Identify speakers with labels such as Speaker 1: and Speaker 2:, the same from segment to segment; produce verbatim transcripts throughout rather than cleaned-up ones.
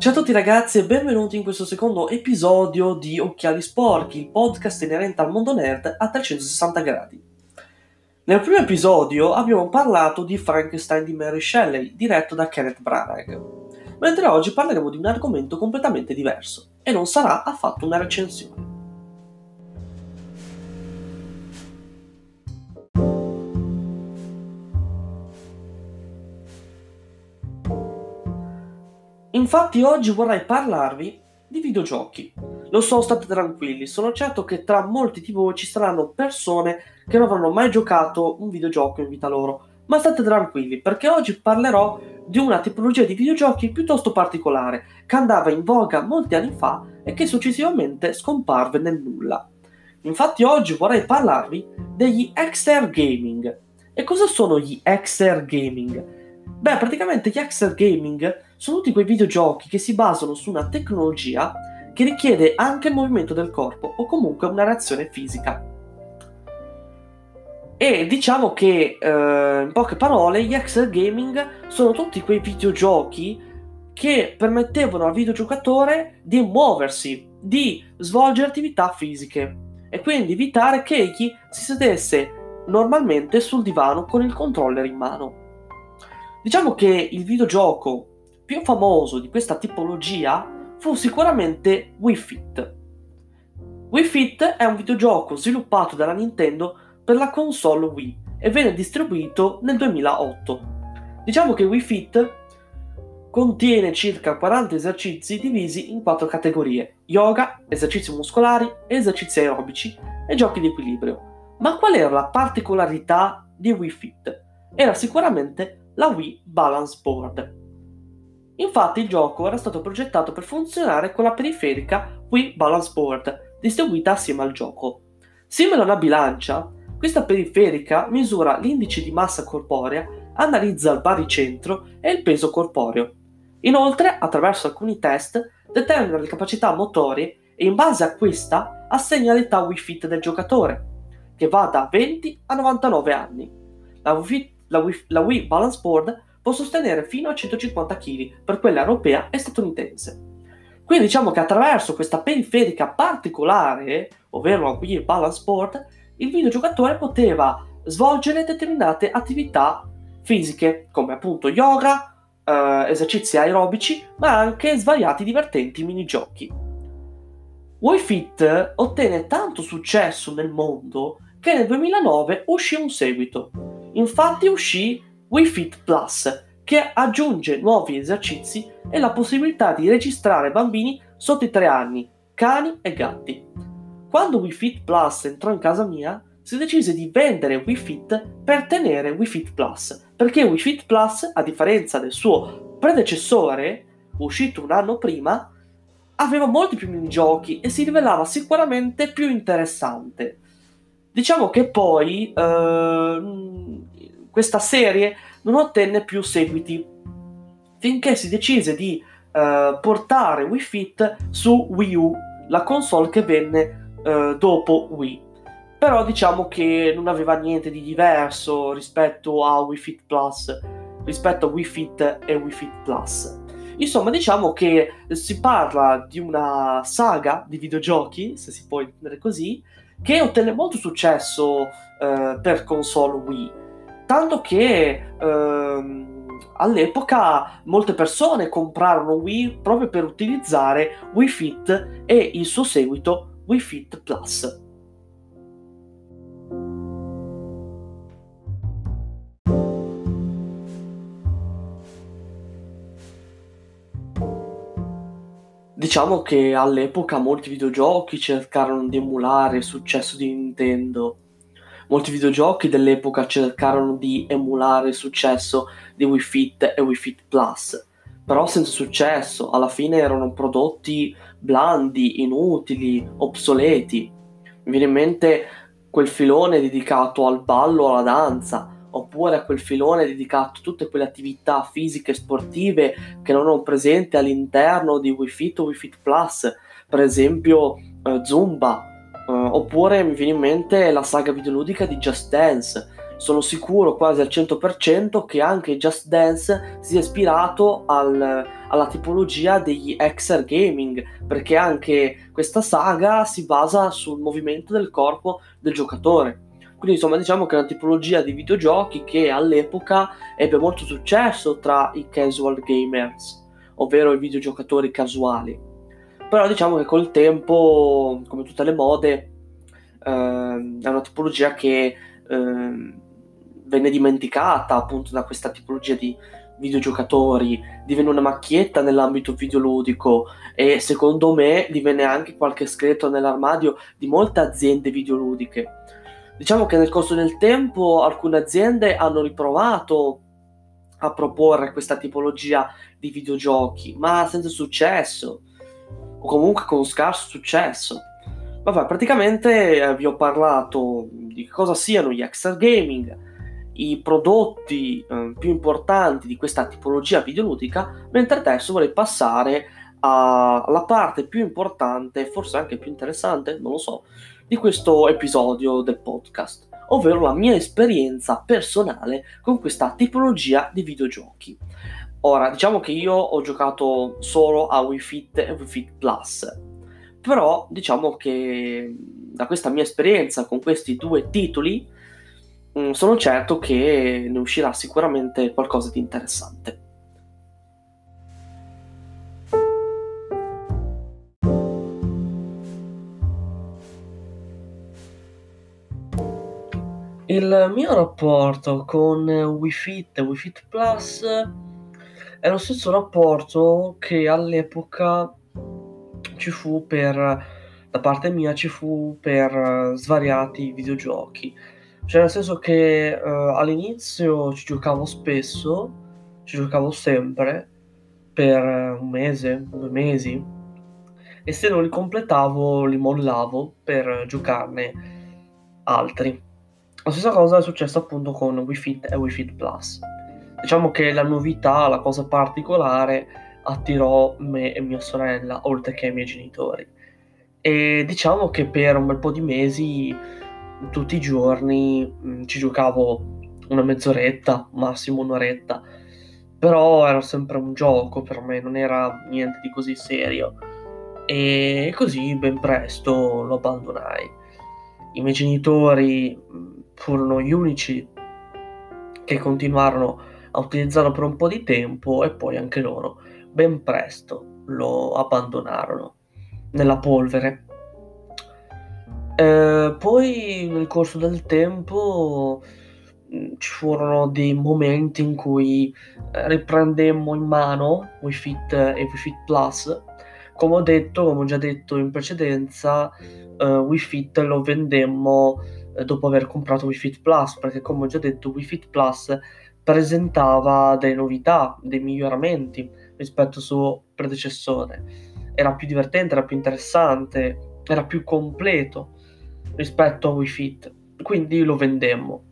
Speaker 1: Ciao a tutti ragazzi e benvenuti in questo secondo episodio di Occhiali Sporchi, il podcast inerente al mondo nerd a trecentosessanta gradi. Nel primo episodio abbiamo parlato di Frankenstein di Mary Shelley, diretto da Kenneth Branagh, mentre oggi parleremo di un argomento completamente diverso, e non sarà affatto una recensione. Infatti oggi vorrei parlarvi di videogiochi. Lo so, state tranquilli, sono certo che tra molti di voi ci saranno persone che non avranno mai giocato un videogioco in vita loro, ma state tranquilli perché oggi parlerò di una tipologia di videogiochi piuttosto particolare che andava in voga molti anni fa e che successivamente scomparve nel nulla. Infatti oggi vorrei parlarvi degli X-R Gaming. E cosa sono gli X-R Gaming? Beh, praticamente gli X-R Gaming sono tutti quei videogiochi che si basano su una tecnologia che richiede anche il movimento del corpo o comunque una reazione fisica. E diciamo che, eh, in poche parole, gli X-R Gaming sono tutti quei videogiochi che permettevano al videogiocatore di muoversi, di svolgere attività fisiche e quindi evitare che egli si sedesse normalmente sul divano con il controller in mano. Diciamo che il videogioco più famoso di questa tipologia fu sicuramente Wii Fit. Wii Fit è un videogioco sviluppato dalla Nintendo per la console Wii e venne distribuito nel duemilaotto. Diciamo che Wii Fit contiene circa quaranta esercizi divisi in quattro categorie: yoga, esercizi muscolari, esercizi aerobici e giochi di equilibrio. Ma qual era la particolarità di Wii Fit? Era sicuramente la Wii Balance Board. Infatti il gioco era stato progettato per funzionare con la periferica Wii Balance Board, distribuita assieme al gioco. Simile a una bilancia, questa periferica misura l'indice di massa corporea, analizza il baricentro e il peso corporeo. Inoltre, attraverso alcuni test, determina le capacità motorie e in base a questa assegna l'età Wii Fit del giocatore, che va da venti a novantanove anni. La Wii Fit La Wii, la Wii Balance Board può sostenere fino a centocinquanta chilogrammi per quella europea e statunitense. Quindi diciamo che attraverso questa periferica particolare, ovvero la Wii Balance Board, il videogiocatore poteva svolgere determinate attività fisiche, come appunto yoga, eh, esercizi aerobici, ma anche svariati divertenti minigiochi. Wii Fit ottenne tanto successo nel mondo che nel duemilanove uscì un seguito. Infatti uscì Wii Fit Plus, che aggiunge nuovi esercizi e la possibilità di registrare bambini sotto i tre anni, cani e gatti. Quando Wii Fit Plus entrò in casa mia, si decise di vendere Wii Fit per tenere Wii Fit Plus, perché Wii Fit Plus, a differenza del suo predecessore, uscito un anno prima, aveva molti più minigiochi e si rivelava sicuramente più interessante. Diciamo che poi eh, questa serie non ottenne più seguiti, finché si decise di eh, portare Wii Fit su Wii U, la console che venne eh, dopo Wii. Però diciamo che non aveva niente di diverso rispetto a Wii Fit Plus, rispetto a Wii Fit e Wii Fit Plus. Insomma, diciamo che si parla di una saga di videogiochi, se si può intendere così, che ottenne molto successo eh, per console Wii, tanto che ehm, all'epoca molte persone comprarono Wii proprio per utilizzare Wii Fit e il suo seguito Wii Fit Plus. Diciamo che all'epoca molti videogiochi cercarono di emulare il successo di Nintendo. Molti videogiochi dell'epoca cercarono di emulare il successo di Wii Fit e Wii Fit Plus, però senza successo. Alla fine erano prodotti blandi, inutili, obsoleti. Mi viene in mente quel filone dedicato al ballo, alla danza, oppure a quel filone dedicato a tutte quelle attività fisiche e sportive che non erano presenti all'interno di Wii Fit o Wii Fit Plus, per esempio eh, Zumba, eh, oppure mi viene in mente la saga videoludica di Just Dance. sono sicuro quasi al cento per cento che anche Just Dance sia ispirato al, alla tipologia degli Hexer Gaming, perché anche questa saga si basa sul movimento del corpo del giocatore. Quindi insomma diciamo che è una tipologia di videogiochi che all'epoca ebbe molto successo tra i casual gamers, ovvero i videogiocatori casuali. Però diciamo che col tempo, come tutte le mode, ehm, è una tipologia che ehm, venne dimenticata appunto da questa tipologia di videogiocatori, divenne una macchietta nell'ambito videoludico e secondo me divenne anche qualche scheletro nell'armadio di molte aziende videoludiche. Diciamo che nel corso del tempo alcune aziende hanno riprovato a proporre questa tipologia di videogiochi, ma senza successo, o comunque con scarso successo. Vabbè, praticamente eh, vi ho parlato di cosa siano gli Hexer Gaming, i prodotti eh, più importanti di questa tipologia videoludica, mentre adesso vorrei passare a- alla parte più importante, forse anche più interessante, non lo so, di questo episodio del podcast, ovvero la mia esperienza personale con questa tipologia di videogiochi. Ora, diciamo che io ho giocato solo a Wii Fit e Wii Fit Plus, però diciamo che da questa mia esperienza con questi due titoli mh, sono certo che ne uscirà sicuramente qualcosa di interessante. Il mio rapporto con Wii Fit e Wii Fit Plus è lo stesso rapporto che all'epoca ci fu per, da parte mia, ci fu per svariati videogiochi. Cioè nel senso che uh, all'inizio ci giocavo spesso, ci giocavo sempre, per un mese, due mesi, e se non li completavo li mollavo per giocarne altri. La stessa cosa è successa appunto con Wii Fit e Wii Fit Plus. Diciamo che la novità, la cosa particolare, attirò me e mia sorella, oltre che i miei genitori. E diciamo che per un bel po' di mesi, tutti i giorni, mh, ci giocavo una mezz'oretta, massimo un'oretta. Però era sempre un gioco per me, non era niente di così serio. E così ben presto lo abbandonai. I miei genitori furono gli unici che continuarono a utilizzarlo per un po' di tempo e poi anche loro ben presto lo abbandonarono nella polvere. Eh, poi nel corso del tempo mh, ci furono dei momenti in cui eh, riprendemmo in mano Wii Fit e Wii Fit Plus. Come ho detto, come ho già detto in precedenza, eh, Wii Fit lo vendemmo eh, dopo aver comprato Wii Fit Plus, perché come ho già detto Wii Fit Plus presentava delle novità, dei miglioramenti rispetto al suo predecessore. Era più divertente, era più interessante, era più completo rispetto a Wii Fit, quindi lo vendemmo.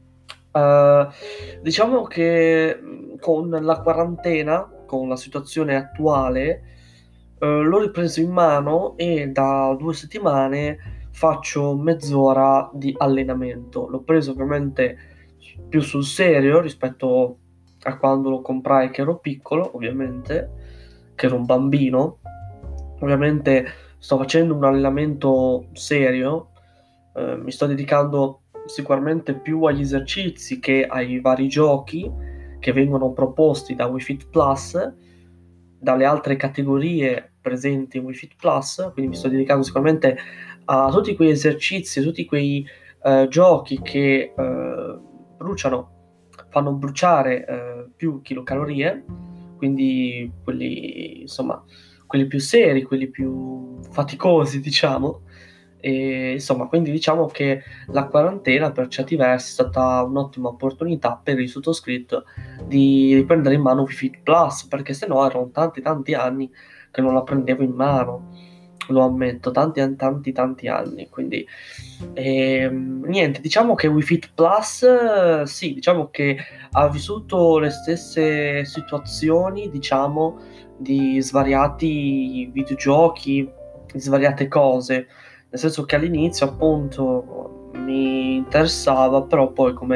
Speaker 1: Uh, diciamo che con la quarantena, con la situazione attuale, uh, l'ho ripreso in mano e da due settimane faccio mezz'ora di allenamento. L'ho preso ovviamente più sul serio rispetto a quando lo comprai che ero piccolo, ovviamente, che ero un bambino. Ovviamente sto facendo un allenamento serio, eh, mi sto dedicando sicuramente più agli esercizi che ai vari giochi che vengono proposti da Wii Fit Plus, dalle altre categorie presenti in Wii Fit Plus, quindi mi sto dedicando sicuramente a tutti quei esercizi, a tutti quei eh, giochi che eh, bruciano, fanno bruciare eh, più chilocalorie, quindi quelli, insomma, quelli più seri, quelli più faticosi, diciamo. E, insomma, quindi diciamo che la quarantena per certi versi è stata un'ottima opportunità per il sottoscritto di riprendere in mano Wii Fit Plus, perché sennò erano tanti tanti anni che non la prendevo in mano, lo ammetto, tanti tanti tanti anni. Quindi ehm, niente, diciamo che Wii Fit Plus eh, sì, diciamo che ha vissuto le stesse situazioni, diciamo, di svariati videogiochi, di svariate cose, nel senso che all'inizio appunto mi interessava, però poi come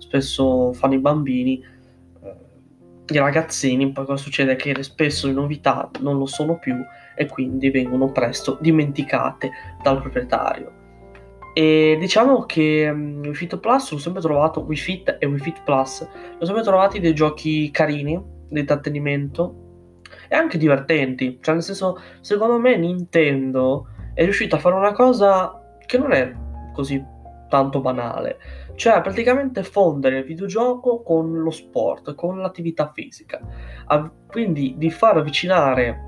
Speaker 1: spesso fanno i bambini, eh, i ragazzini. Poi cosa succede? Che spesso le novità non lo sono più e quindi vengono presto dimenticate dal proprietario. E diciamo che um, Wii Fit Plus l'ho sempre trovato, Wii Fit e Wii Fit Plus, l'ho sempre trovati dei giochi carini, di intrattenimento e anche divertenti. Cioè, nel senso, secondo me Nintendo è riuscita a fare una cosa che non è così tanto banale, cioè praticamente fondere il videogioco con lo sport, con l'attività fisica, a, quindi di far avvicinare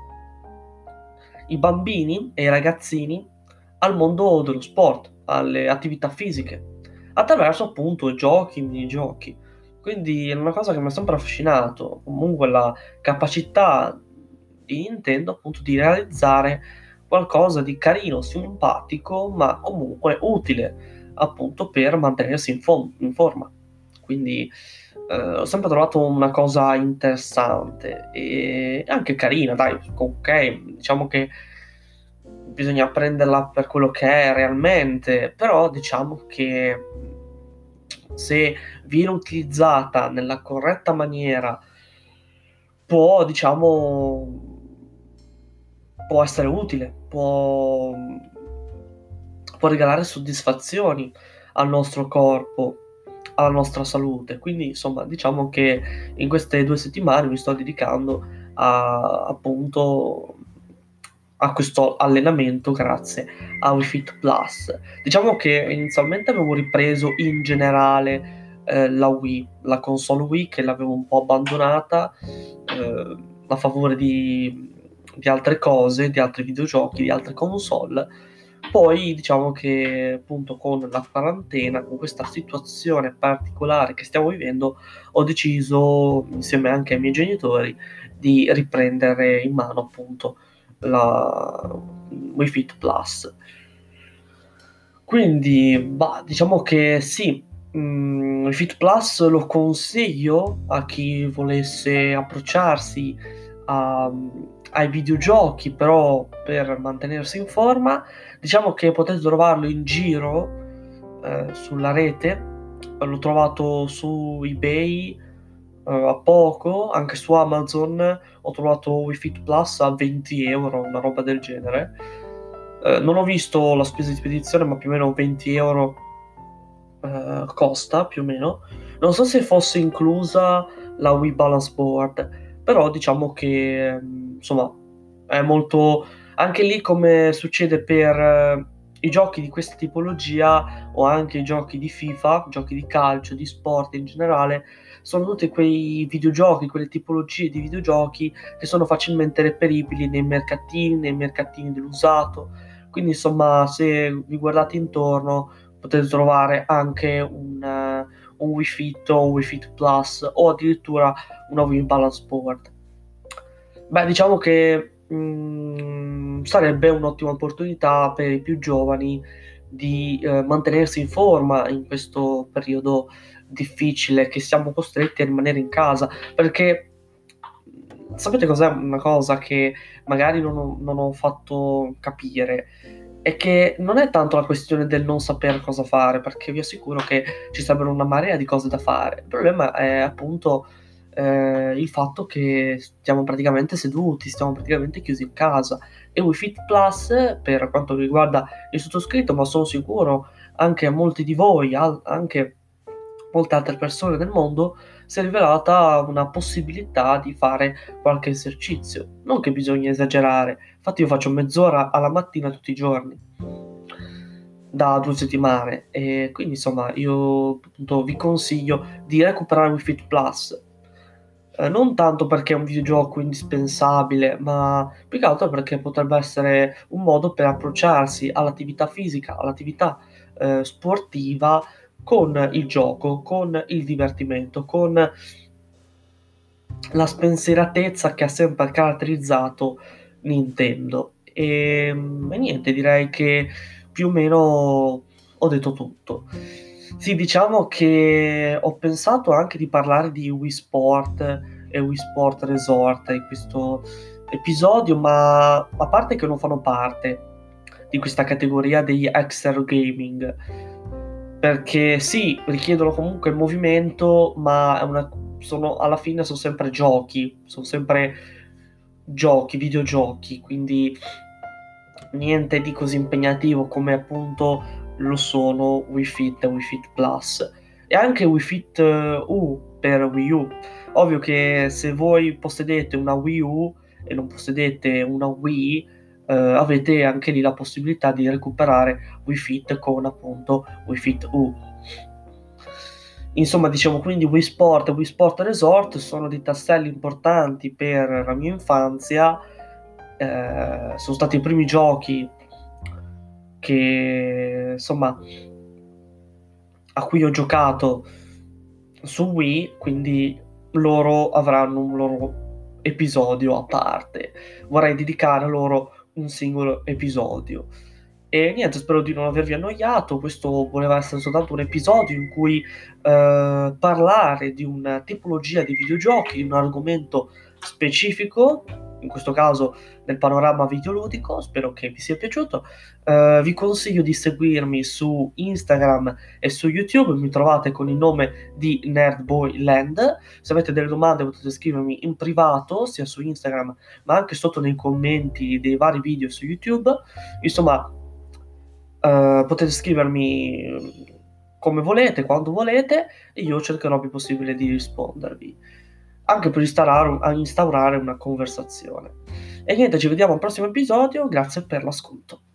Speaker 1: i bambini e i ragazzini al mondo dello sport, alle attività fisiche, attraverso appunto i giochi, i minigiochi. Quindi è una cosa che mi ha sempre affascinato, comunque la capacità di Nintendo appunto di realizzare qualcosa di carino, simpatico, ma comunque utile appunto per mantenersi in, fo- in forma. Quindi eh, ho sempre trovato una cosa interessante e anche carina, dai, ok, diciamo che bisogna prenderla per quello che è realmente, però diciamo che se viene utilizzata nella corretta maniera può, diciamo, può essere utile, può, può regalare soddisfazioni al nostro corpo, alla nostra salute. Quindi, insomma, diciamo che in queste due settimane mi sto dedicando a, appunto, a questo allenamento grazie a Wii Fit Plus. Diciamo che inizialmente avevo ripreso in generale eh, la Wii, la console Wii, che l'avevo un po' abbandonata eh, a favore di, di altre cose, di altri videogiochi, di altre console. Poi diciamo che appunto con la quarantena, con questa situazione particolare che stiamo vivendo, ho deciso insieme anche ai miei genitori di riprendere in mano appunto la Wii Fit Plus. Quindi bah, diciamo che sì, mh, Wii Fit Plus lo consiglio a chi volesse approcciarsi a, ai videogiochi, però per mantenersi in forma. Diciamo che potete trovarlo in giro eh, sulla rete, l'ho trovato su eBay eh, a poco, anche su Amazon ho trovato Wii Fit Plus a venti euro, una roba del genere. Eh, non ho visto la spesa di spedizione, ma più o meno venti euro eh, costa, più o meno. Non so se fosse inclusa la Wii Balance Board, però diciamo che insomma è molto, anche lì come succede per eh, i giochi di questa tipologia o anche i giochi di FIFA, giochi di calcio, di sport in generale, sono tutti quei videogiochi, quelle tipologie di videogiochi che sono facilmente reperibili nei mercatini, nei mercatini dell'usato. Quindi insomma, se vi guardate intorno potete trovare anche un, uh, un Wii Fit o un Wii Fit Plus o addirittura una Wii Balance Board. Beh, diciamo che mh, sarebbe un'ottima opportunità per i più giovani di eh, mantenersi in forma in questo periodo difficile che siamo costretti a rimanere in casa, perché sapete cos'è una cosa che magari non ho, non ho fatto capire? È che non è tanto la questione del non sapere cosa fare, perché vi assicuro che ci sarebbero una marea di cose da fare. Il problema è appunto eh, il fatto che stiamo praticamente seduti, stiamo praticamente chiusi in casa. E Wii Fit Plus, per quanto riguarda il sottoscritto, ma sono sicuro anche a molti di voi, al- anche molte altre persone nel mondo, si è rivelata una possibilità di fare qualche esercizio. Non che bisogna esagerare, infatti io faccio mezz'ora alla mattina tutti i giorni da due settimane e quindi insomma io appunto vi consiglio di recuperare Wii Fit Plus. Eh, non tanto perché è un videogioco indispensabile, ma più che altro perché potrebbe essere un modo per approcciarsi all'attività fisica, all'attività eh, sportiva con il gioco, con il divertimento, con la spensieratezza che ha sempre caratterizzato Nintendo. E, e niente, direi che più o meno ho detto tutto. Sì, diciamo che ho pensato anche di parlare di Wii Sport e Wii Sport Resort in questo episodio, ma a parte che non fanno parte di questa categoria degli extra gaming, perché sì, richiedono comunque il movimento, ma è una, sono, alla fine sono sempre giochi, sono sempre giochi, videogiochi, quindi niente di così impegnativo come appunto lo sono Wii Fit e Wii Fit Plus e anche Wii Fit eh, U per Wii U. Ovvio che se voi possedete una Wii U e non possedete una Wii, eh, avete anche lì la possibilità di recuperare Wii Fit con appunto Wii Fit U. Insomma, diciamo quindi Wii Sport e Wii Sport Resort sono dei tasselli importanti per la mia infanzia. Eh, sono stati i primi giochi che insomma a cui ho giocato su Wii, quindi loro avranno un loro episodio a parte. Vorrei dedicare a loro un singolo episodio. E niente, spero di non avervi annoiato. Questo voleva essere soltanto un episodio in cui eh, parlare di una tipologia di videogiochi, di un argomento specifico, in questo caso nel panorama videoludico. Spero che vi sia piaciuto. Eh, vi consiglio di seguirmi su Instagram e su YouTube, mi trovate con il nome di Nerdboyland. Se avete delle domande potete scrivermi in privato, sia su Instagram ma anche sotto nei commenti dei vari video su YouTube. Insomma, Uh, potete scrivermi come volete, quando volete, e io cercherò il più possibile di rispondervi, anche per instaurare, instaurare una conversazione. E niente, ci vediamo al prossimo episodio, grazie per l'ascolto.